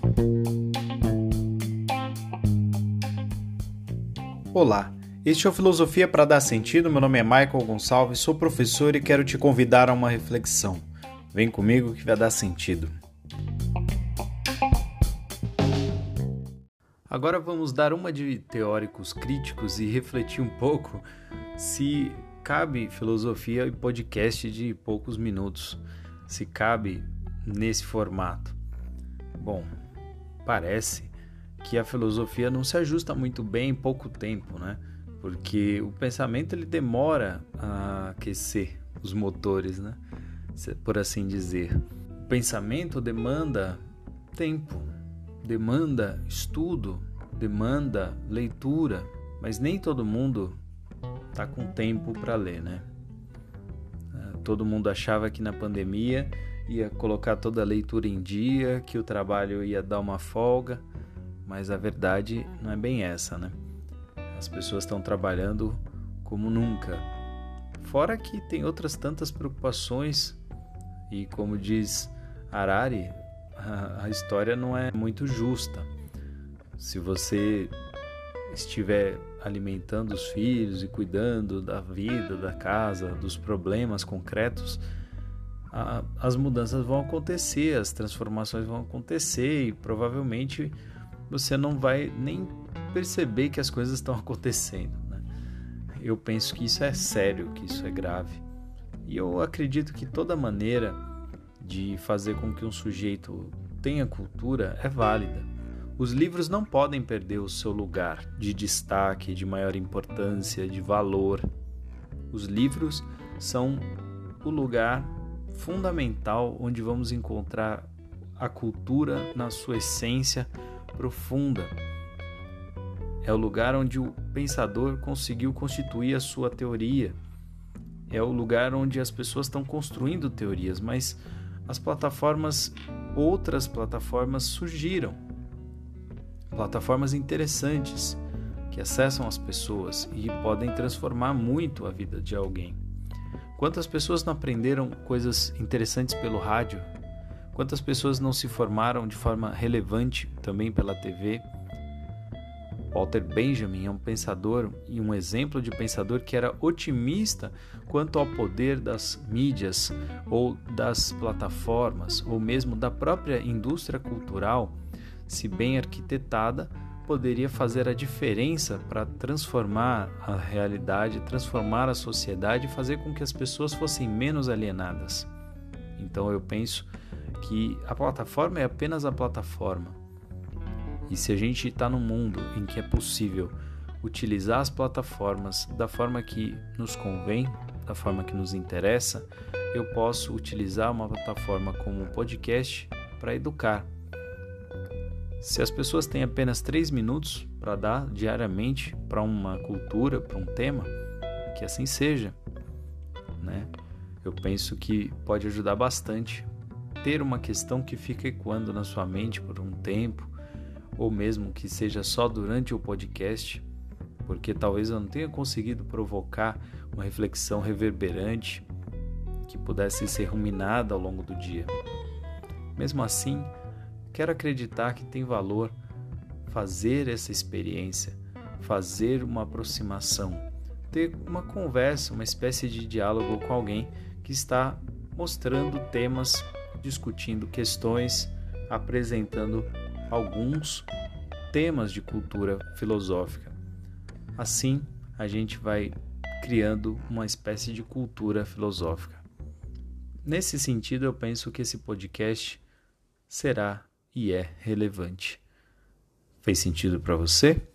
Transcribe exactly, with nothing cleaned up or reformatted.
Olá, este é o Filosofia para Dar Sentido. Meu nome é Michael Gonçalves, sou professor e quero te convidar a uma reflexão. Vem comigo que vai dar sentido. Agora vamos dar uma de teóricos críticos e refletir um pouco se cabe filosofia e podcast de poucos minutos, se cabe nesse formato. Bom, parece que a filosofia não se ajusta muito bem em pouco tempo, né? Porque o pensamento ele demora a aquecer os motores, né? Por assim dizer. O pensamento demanda tempo, demanda estudo, demanda leitura, mas nem todo mundo está com tempo para ler, né? Todo mundo achava que na pandemia ia colocar toda a leitura em dia, que o trabalho ia dar uma folga, mas a verdade não é bem essa, né? As pessoas estão trabalhando como nunca. Fora que tem outras tantas preocupações e, como diz Harari, a, a história não é muito justa. Se você estiver alimentando os filhos e cuidando da vida, da casa, dos problemas concretos, a, as mudanças vão acontecer, as transformações vão acontecer e provavelmente você não vai nem perceber que as coisas estão acontecendo, né? Eu penso que isso é sério, que isso é grave. E eu acredito que toda maneira de fazer com que um sujeito tenha cultura é válida. Os livros não podem perder o seu lugar de destaque, de maior importância, de valor. Os livros são o lugar fundamental onde vamos encontrar a cultura na sua essência profunda. É o lugar onde o pensador conseguiu constituir a sua teoria. É o lugar onde as pessoas estão construindo teorias, mas as plataformas, outras plataformas surgiram. Plataformas interessantes que acessam as pessoas e podem transformar muito a vida de alguém. Quantas pessoas não aprenderam coisas interessantes pelo rádio? Quantas pessoas não se formaram de forma relevante também pela T V? Walter Benjamin é um pensador e um exemplo de pensador que era otimista quanto ao poder das mídias ou das plataformas ou mesmo da própria indústria cultural, se bem arquitetada, poderia fazer a diferença para transformar a realidade, transformar a sociedade e fazer com que as pessoas fossem menos alienadas. Então eu penso que a plataforma é apenas a plataforma. E se a gente está num mundo em que é possível utilizar as plataformas da forma que nos convém, da forma que nos interessa, eu posso utilizar uma plataforma como um podcast para educar. Se as pessoas têm apenas três minutos para dar diariamente para uma cultura, para um tema, que assim seja, né? Eu penso que pode ajudar bastante ter uma questão que fica ecoando na sua mente por um tempo, ou mesmo que seja só durante o podcast, porque talvez eu não tenha conseguido provocar uma reflexão reverberante que pudesse ser ruminada ao longo do dia. Mesmo assim, quero acreditar que tem valor fazer essa experiência, fazer uma aproximação, ter uma conversa, uma espécie de diálogo com alguém que está mostrando temas, discutindo questões, apresentando alguns temas de cultura filosófica. Assim, a gente vai criando uma espécie de cultura filosófica. Nesse sentido, eu penso que esse podcast será e é relevante. Fez sentido para você?